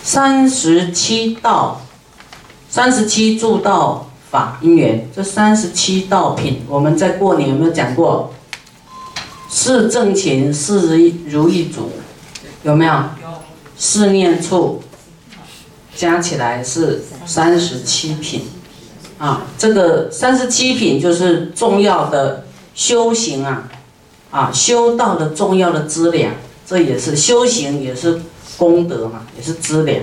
37道，37助道法因缘，这37道品，我们在过年有没有讲过？四正勤，四如意足，有没有？四念处，加起来是37品。这个37品就是重要的修行修道的重要的资粮，这也是修行，也是功德嘛，也是资粮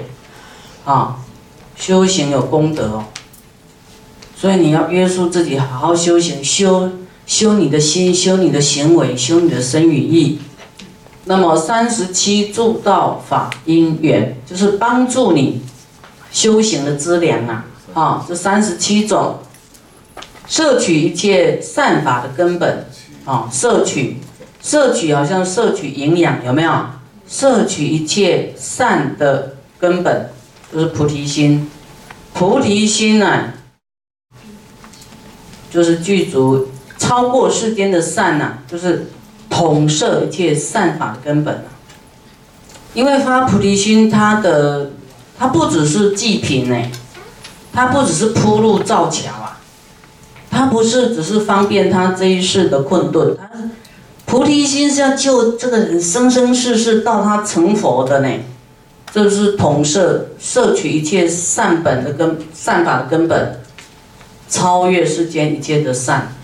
修行有功德哦，所以你要约束自己，好好修行，修你的心，修你的行为，修你的身语意。那么37助道法因缘，就是帮助你修行的资粮这37种，摄取一切善法的根本摄取好像摄取营养，有没有？摄取一切善的根本就是菩提心。菩提心就是具足超过世间的善就是统摄一切善法的根本因为发菩提心，它不只是济贫它不只是铺路造桥它不是只是方便他这一世的困顿，菩提心是要救这个人生生世世到他成佛的这是统摄取一切善法的根本，超越世间一切的善，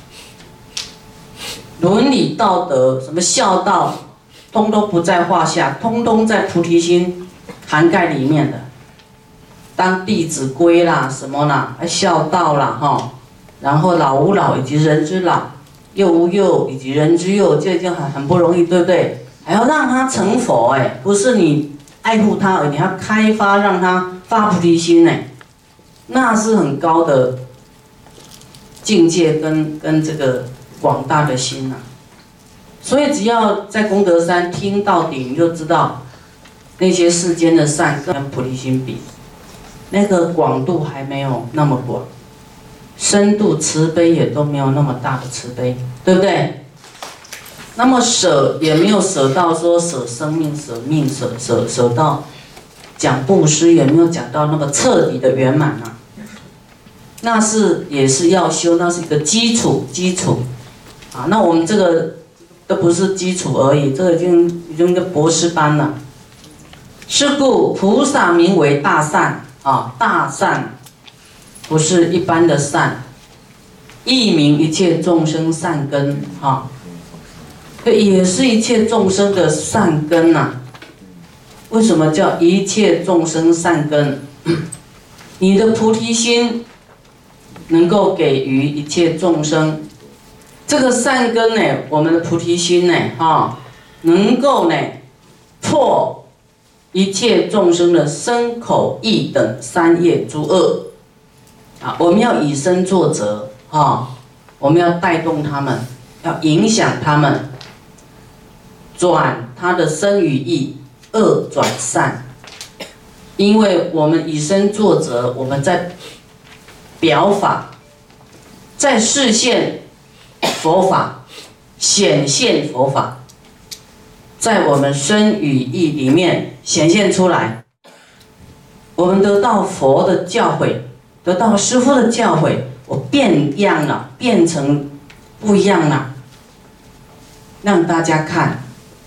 伦理道德什么孝道，通通不在话下，通通在菩提心涵盖里面的。当弟子规啦，什么啦，孝道啦然后老吾老以及人之老，幼吾幼以及人之幼，这已经很不容易，对不对？还要让他成佛不是你爱护他而已，你要开发让他发菩提心那是很高的境界跟这个广大的心所以只要在功德山听到底，你就知道那些世间的善跟菩提心比，那个广度还没有那么广，深度慈悲也都没有那么大的慈悲，对不对？那么舍也没有舍到说舍生命、舍命、舍到讲布施，也没有讲到那么彻底的圆满那也是要修，那是一个基础那我们这个都不是基础而已，这个已经一个博士班了。是故菩萨名为大善大善不是一般的善，亦名一切众生善根也是一切众生的善根为什么叫一切众生善根？你的菩提心能够给予一切众生这个善根我们的菩提心能够破一切众生的身口意等三业诸恶我们要以身作则我们要带动他们，要影响他们，转他的身语意恶转善。因为我们以身作则，我们在表法，在示现佛法，显现佛法，在我们身语意里面显现出来。我们得到佛的教诲，得到师父的教诲，我变样了，变成不一样了，让大家看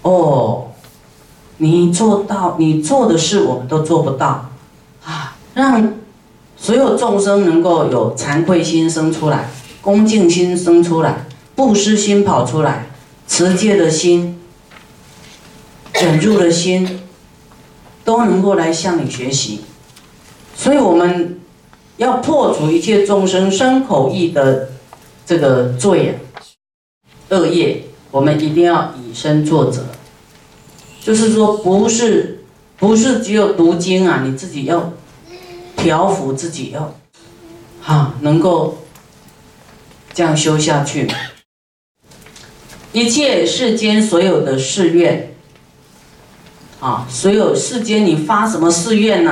你做到，你做的事我们都做不到让所有众生能够有惭愧心生出来，恭敬心生出来，布施心跑出来，持戒的心，忍辱的心，都能够来向你学习。所以我们要破除一切众生身口意的这个罪恶业，我们一定要以身作则。就是说不是只有读经你自己要调伏自己，要能够这样修下去。一切世间所有的誓愿所有世间你发什么誓愿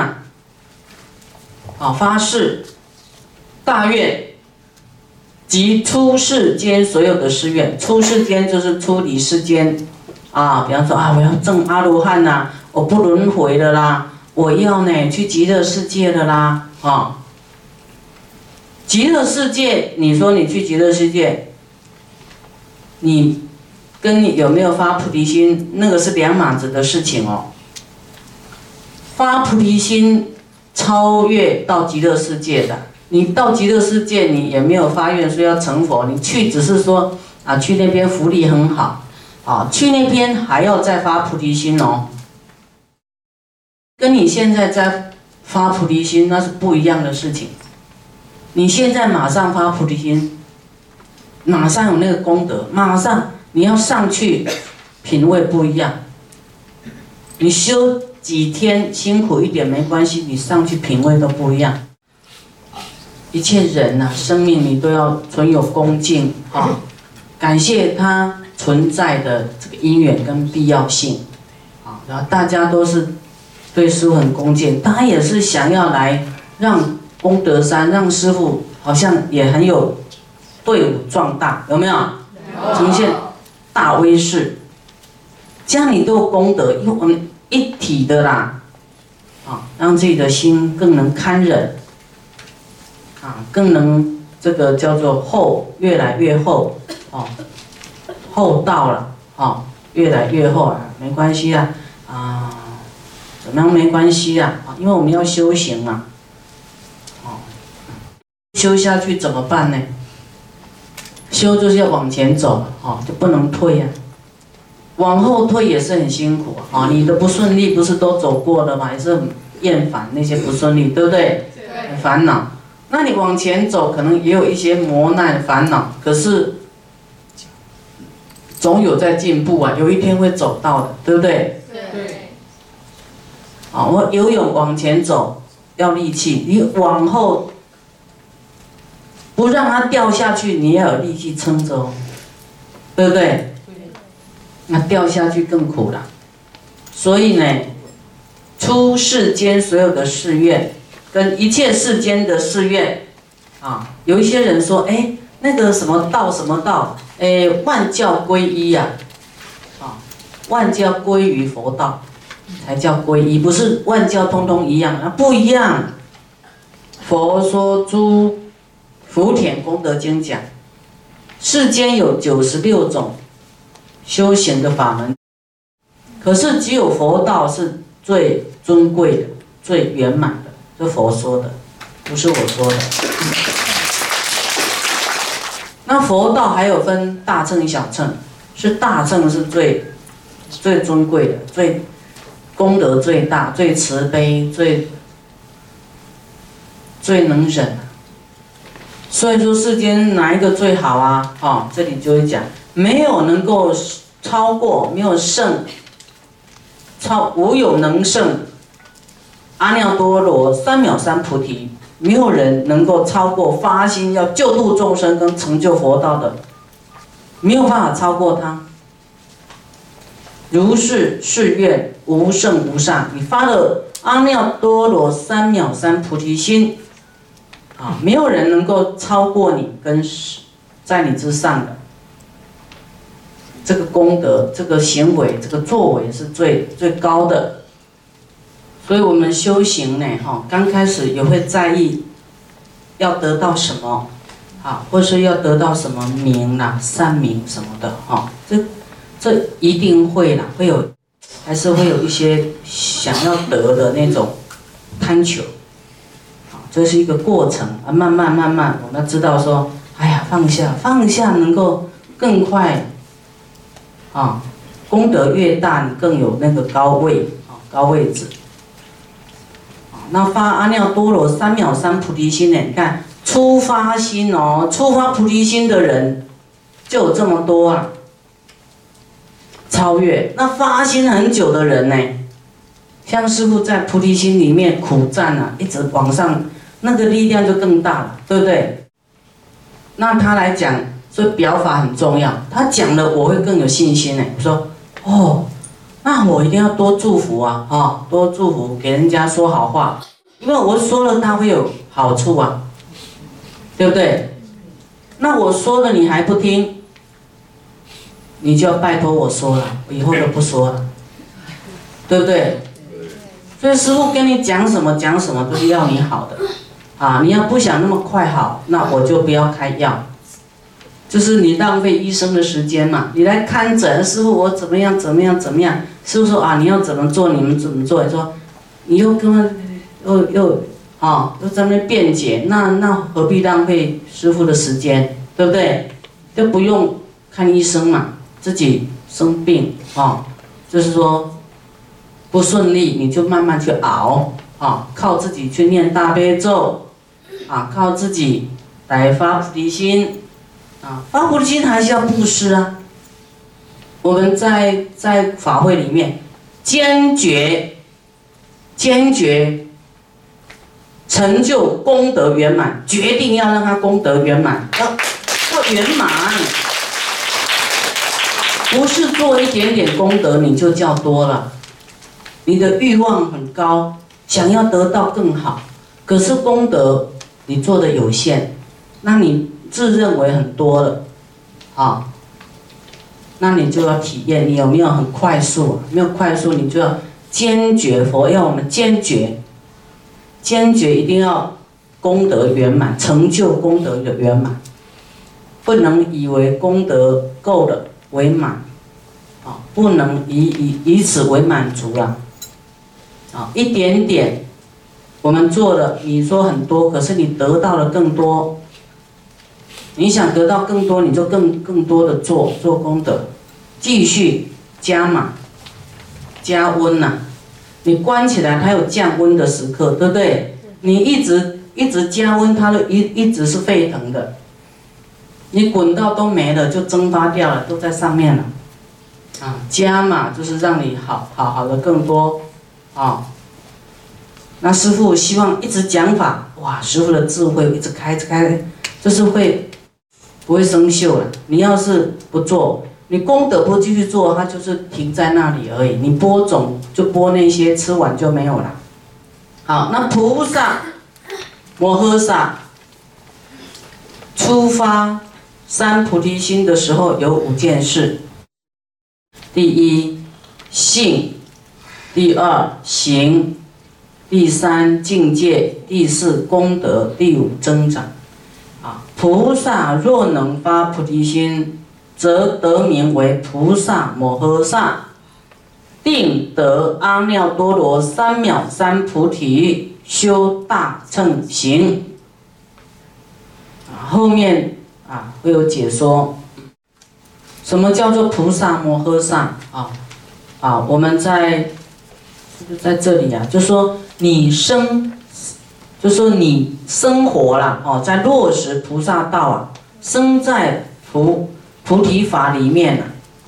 发誓大愿及出世间所有的誓愿，出世间就是出离世间比方说我要证阿罗汉我不轮回了啦， 我要呢去极乐世界了啦，啊！极乐世界，你说你去极乐世界，你跟你有没有发菩提心，那个是两码子的事情哦。发菩提心超越到极乐世界的，你到极乐世界你也没有发愿说要成佛，你去只是说啊去那边福利很好，啊去那边还要再发菩提心哦。跟你现在在发菩提心那是不一样的事情。你现在马上发菩提心，马上有那个功德，马上你要上去，品位不一样。你修几天辛苦一点没关系，你上去品位都不一样。一切人啊，生命你都要存有恭敬啊，感谢他存在的这个因缘跟必要性啊。然后大家都是对师父很恭敬，他也是想要来让功德山，让师父好像也很有队伍壮大，有没有？呈现大威势，这样你都有功德，因为我们一体的啦，啊，让自己的心更能堪忍，啊，更能这个叫做厚，越来越厚，哦，厚道了，哦，越来越厚啊，没关系啊，啊，怎么样没关系啊，因为我们要修行啊，哦，修下去怎么办呢？修就是要往前走，哦，就不能退啊。往后退也是很辛苦啊！你的不顺利不是都走过了吗？也是很厌烦那些不顺利，对不对？对。烦恼，那你往前走，可能也有一些磨难烦恼，可是总有在进步啊，有一天会走到的，对不对？对。啊，我游泳往前走要力气，你往后不让它掉下去，你要有力气撑着哦，对不对？那掉下去更苦了，所以呢，出世间所有的誓愿，跟一切世间的誓愿，啊，有一些人说，哎，那个什么道什么道，哎，万教归一呀，啊，万教归于佛道，才叫归一，不是万教通通一样，那不一样。佛说诸福田功德经讲，世间有96种修行的法门，可是只有佛道是最尊贵的、最圆满的，是佛说的，不是我说的。那佛道还有分大乘、小乘，是大乘是最尊贵的、最功德最大、最慈悲、最能忍。所以说世间哪一个最好啊？哦，这里就会讲。没有能够超过，没有胜，无有能胜阿耨多罗三藐三菩提，没有人能够超过发心要救度众生跟成就佛道的，没有办法超过他。如是誓愿无胜无上，你发了阿耨多罗三藐三菩提心，啊，没有人能够超过你，跟在你之上的。这个功德、这个行为、这个作为是最高的，所以我们修行呢，刚开始也会在意要得到什么，啊，或是要得到什么名啦、善名什么的，这一定会啦，会有，还是会有一些想要得的那种贪求，这是一个过程啊，慢慢，我们要知道说，哎呀，放下能够更快。啊，功德越大，你更有那个高位置。那发阿耨多罗三藐三菩提心呢？你看初发心哦，初发菩提心的人就有这么多啊，超越。那发心很久的人呢，像师父在菩提心里面苦战啊，一直往上，那个力量就更大了，对不对？那他来讲。所以表法很重要，他讲了我会更有信心呢。我说，哦，那我一定要多祝福啊，多祝福，给人家说好话，因为我说了他会有好处啊，对不对？那我说了你还不听，你就要拜托我说了，我以后都不说了，对不对？ 所以师父跟你讲什么都是要你好的，啊，你要不想那么快好，那我就不要开药，就是你浪费医生的时间嘛。你来看诊，师父我怎么样，师父说啊你要怎么做，你们怎么做？你说你又跟我又在那边辩解，那何必浪费师父的时间，对不对？就不用看医生嘛，自己生病就是说不顺利，你就慢慢去熬靠自己去念大悲咒靠自己来发菩提心发菩提心还是要布施啊。我们在法会里面坚决成就功德圆满，决定要让他功德圆满，要圆满，不是做一点点功德你就叫多了。你的欲望很高，想要得到更好，可是功德你做的有限，那你自认为很多了那你就要体验你有没有很快速没有快速，你就要坚决，佛要我们坚决一定要功德圆满，成就功德的圆满，不能以为功德够了为满不能以此为满足了一点点我们做了，你说很多，可是你得到了更多，你想得到更多，你就更多的做功德，继续加码加温你关起来它有降温的时刻，对不对？你一直加温，它都一直是沸腾的，你滚到都没了，就蒸发掉了，都在上面了加码就是让你好的更多那师父希望一直讲法，哇，师父的智慧一直开，就是不会生锈了。你要是不做，你功德不继续做，它就是停在那里而已。你播种就播那些，吃完就没有了。好，那菩萨摩诃萨出发三菩提心的时候有5件事：第一，信；第二，行；第三，境界；第四，功德；第五，增长。菩萨若能发菩提心，则得名为菩萨摩诃萨，定得阿耨多罗三藐三菩提，修大乘行。后面会有解说，什么叫做菩萨摩诃萨我们在这里就说你生活啦在落实菩萨道生在菩提法里面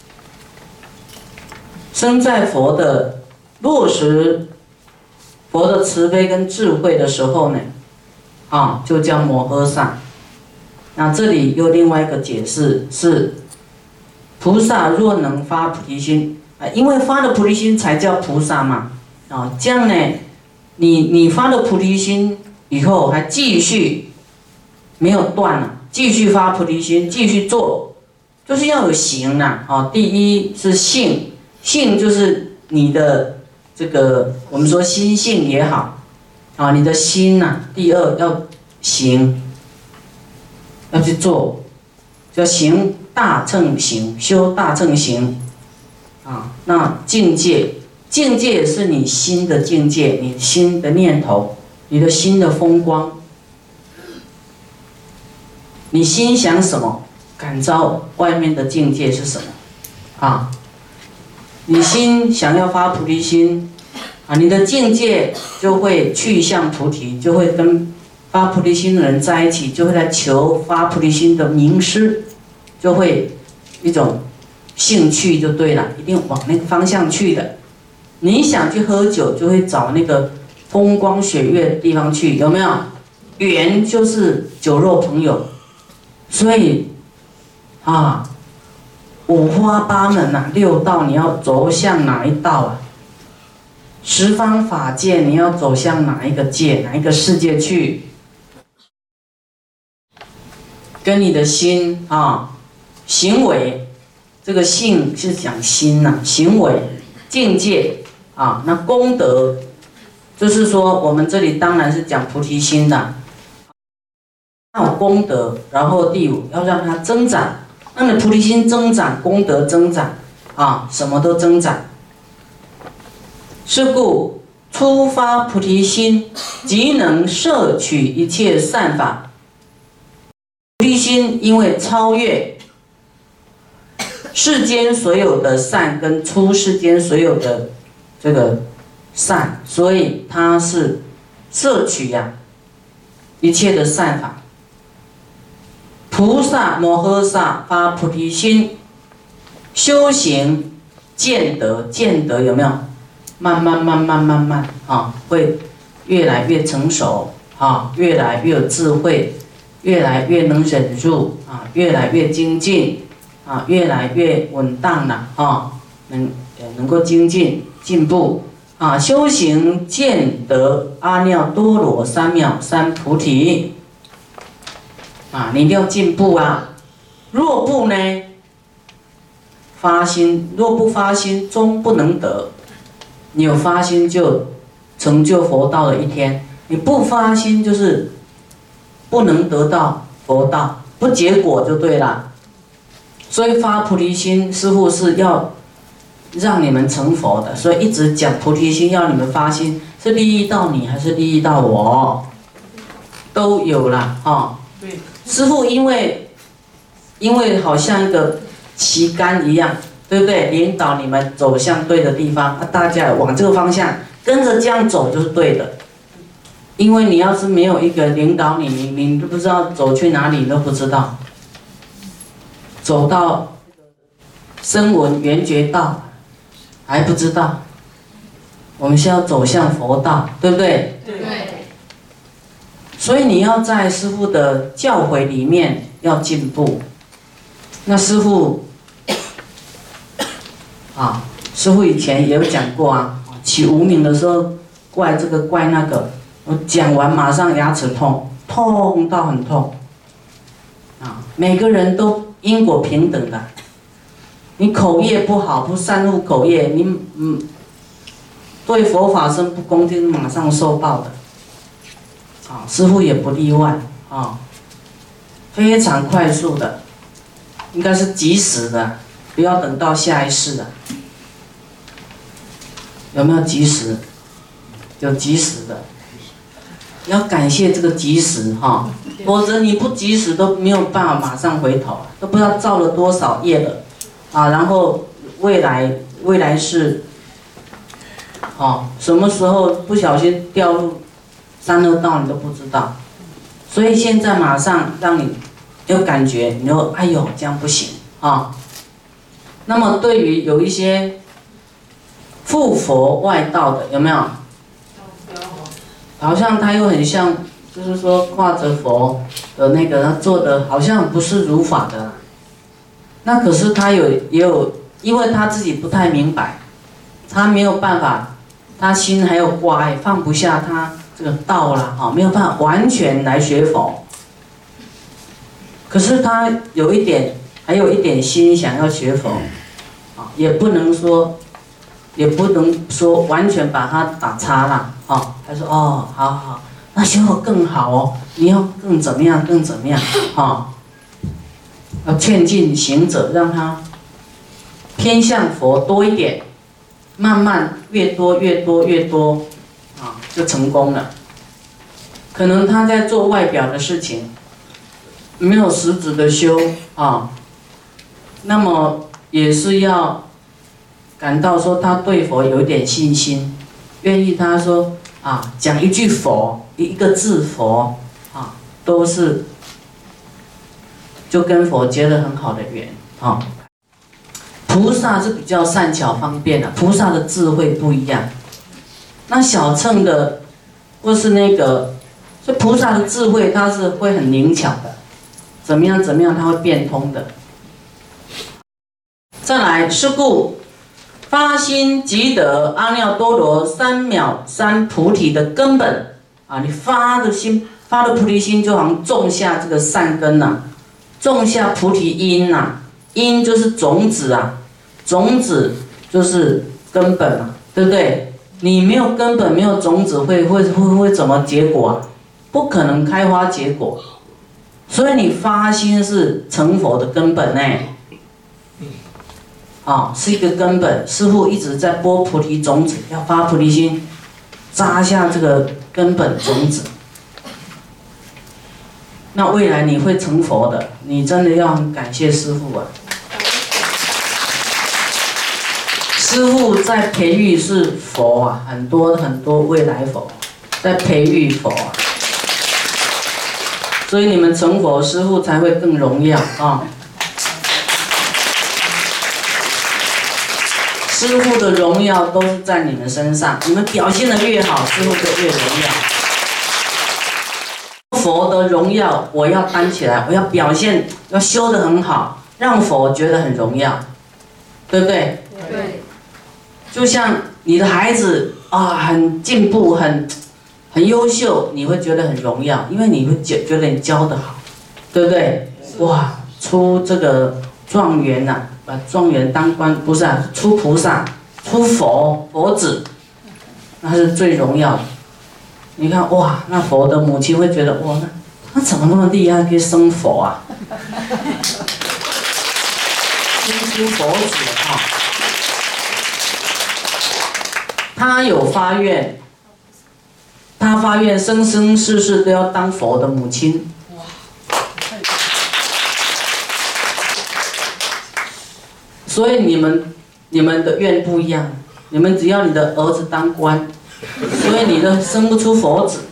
生在佛的落实佛的慈悲跟智慧的时候呢就叫摩诃萨。那这里有另外一个解释是，菩萨若能发菩提心因为发了菩提心才叫菩萨嘛这样呢你发了菩提心以后还继续没有断了，继续发菩提心，继续做，就是要有行第一是性，性就是你的这个我们说心性也好你的心第二要行，要去做，叫行大乘行，修大乘行那境界也是你心的境界，你心的念头，你的心的风光，你心想什么，感召外面的境界是什么你心想要发菩提心你的境界就会去向菩提，就会跟发菩提心的人在一起，就会来求发菩提心的名师，就会一种兴趣就对了，一定往那个方向去的。你想去喝酒，就会找那个风光雪月的地方去，有没有？缘就是酒肉朋友，所以五花八门6道你要走向哪一道十方法界你要走向哪一个界，哪一个世界去？跟你的心行为，这个性是讲心行为境界那功德就是说我们这里当然是讲菩提心的，要有功德，然后第五要让它增长，让你菩提心增长，功德增长啊，什么都增长。是故初发菩提心，即能摄取一切善法。菩提心因为超越世间所有的善跟出世间所有的这个善，所以它是摄取一切的善法。菩萨摩诃萨发菩提心，修行见得，见得有没有？慢慢啊，会越来越成熟啊，越来越有智慧，越来越能忍辱啊，越来越精进啊，越来越稳当了啊，能够精进进步啊，修行见得阿耨多罗三藐三菩提啊，你一定要进步啊！若不呢，发心，若不发心，终不能得。你有发心就成就佛道的一天，你不发心就是不能得到佛道，不结果就对了。所以发菩提心，师父是要让你们成佛的，所以一直讲菩提心，要你们发心，是利益到你还是利益到我，都有啦啊。对，师父因为好像一个旗杆一样。对不对？领导你们走向对的地方，大家往这个方向跟着这样走就是对的。因为你要是没有一个领导你都不知道走去哪里，你都不知道。走到声闻缘觉道还不知道，我们是要走向佛道，对不对？对。所以你要在师父的教诲里面要进步。那师父。师父以前也有讲过啊，起无名的时候怪这个怪那个，我讲完马上牙齿痛，痛到很痛啊！每个人都因果平等的，你口业不好，不善护口业，你对佛法僧不恭敬，马上受报的啊！师父也不例外啊，非常快速的，应该是及时的，不要等到下一世的。有没有及时？有及时的，要感谢这个及时哈，否则你不及时都没有办法马上回头，都不知道造了多少业了啊！然后未来世，什么时候不小心掉入三恶道你都不知道，所以现在马上让你有感觉，你就哎呦这样不行啊！那么对于有一些附佛外道的有没有？好像他又很像，就是说画着佛的那个，他做的好像不是如法的。那可是他也有，因为他自己不太明白，他没有办法，他心还有挂碍，放不下他这个道啦，没有办法完全来学佛。可是他还有一点心想要学佛，也不能说完全把它打叉了，他说哦，好，那学佛更好哦，你要更怎么样，要劝进行者，让他偏向佛多一点，慢慢越多，就成功了。可能他在做外表的事情，没有实质的修那么也是要感到说他对佛有一点信心，愿意他说讲一句佛，一个字佛都是就跟佛结了很好的缘菩萨是比较善巧方便的，菩萨的智慧不一样。那小乘的或是那个，所以菩萨的智慧它是会很灵巧的，怎么样它会变通的。再来，是故发心即得阿耨多罗三藐三菩提的根本你发的菩提心就好像种下这个善根种下菩提因因就是种子种子就是根本对不对？ 你没有根本，没有种子，会怎么结果啊？不可能开花结果。所以你发心是成佛的根本呢。是一个根本。师父一直在播菩提种子，要发菩提心，扎下这个根本种子。那未来你会成佛的，你真的要很感谢师父啊！师父在培育是佛啊，很多未来佛在培育佛啊，所以你们成佛，师父才会更荣耀啊！师父的荣耀都是在你们身上，你们表现得越好，师父就越荣耀。佛的荣耀我要担起来，我要表现，要修得很好，让佛觉得很荣耀，对不对？对。就像你的孩子很进步，很优秀，你会觉得很荣耀，因为你会觉得你教得好，对不对？哇，出这个状元呐，把状元当官，不是啊，出菩萨，出佛子，那是最荣耀的。你看哇，那佛的母亲会觉得哇，他怎么那么厉害，可以生佛啊？生出佛子啊！他有发愿，他发愿生生世世都要当佛的母亲。所以你们的愿不一样，你们只要你的儿子当官，所以你都生不出佛子。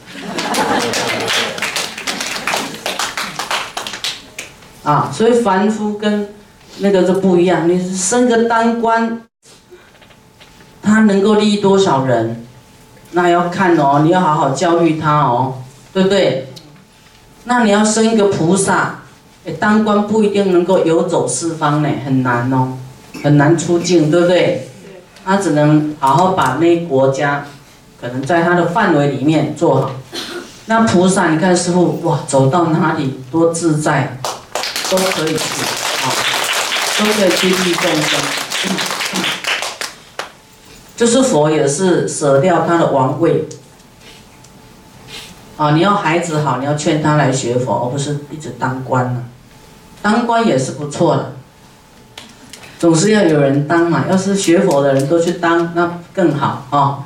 所以凡夫跟那个就不一样，你生个当官，他能够利益多少人，那要看哦，你要好好教育他哦，对不对？那你要生一个菩萨，当官不一定能够游走四方呢，很难哦，很难出境，对不对？他只能好好把那国家，可能在他的范围里面做好。那菩萨，你看师父哇，走到哪里多自在，都可以去，都可以去利众生。就是佛也是舍掉他的王位，你要孩子好，你要劝他来学佛，而不是一直当官了。当官也是不错的，总是要有人当嘛。要是学佛的人都去当，那更好啊。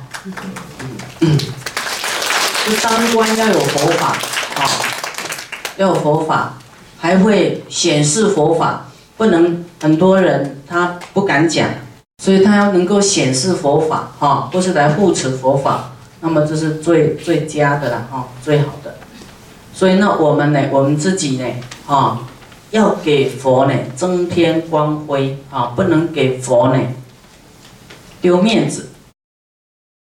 就当官要有佛法要有佛法，还会显示佛法，不能很多人他不敢讲。所以他要能够显示佛法或是来护持佛法，那么这是最佳的啦最好的。所以呢，我们呢，我们自己呢要给佛呢增添光辉不能给佛呢丢面子。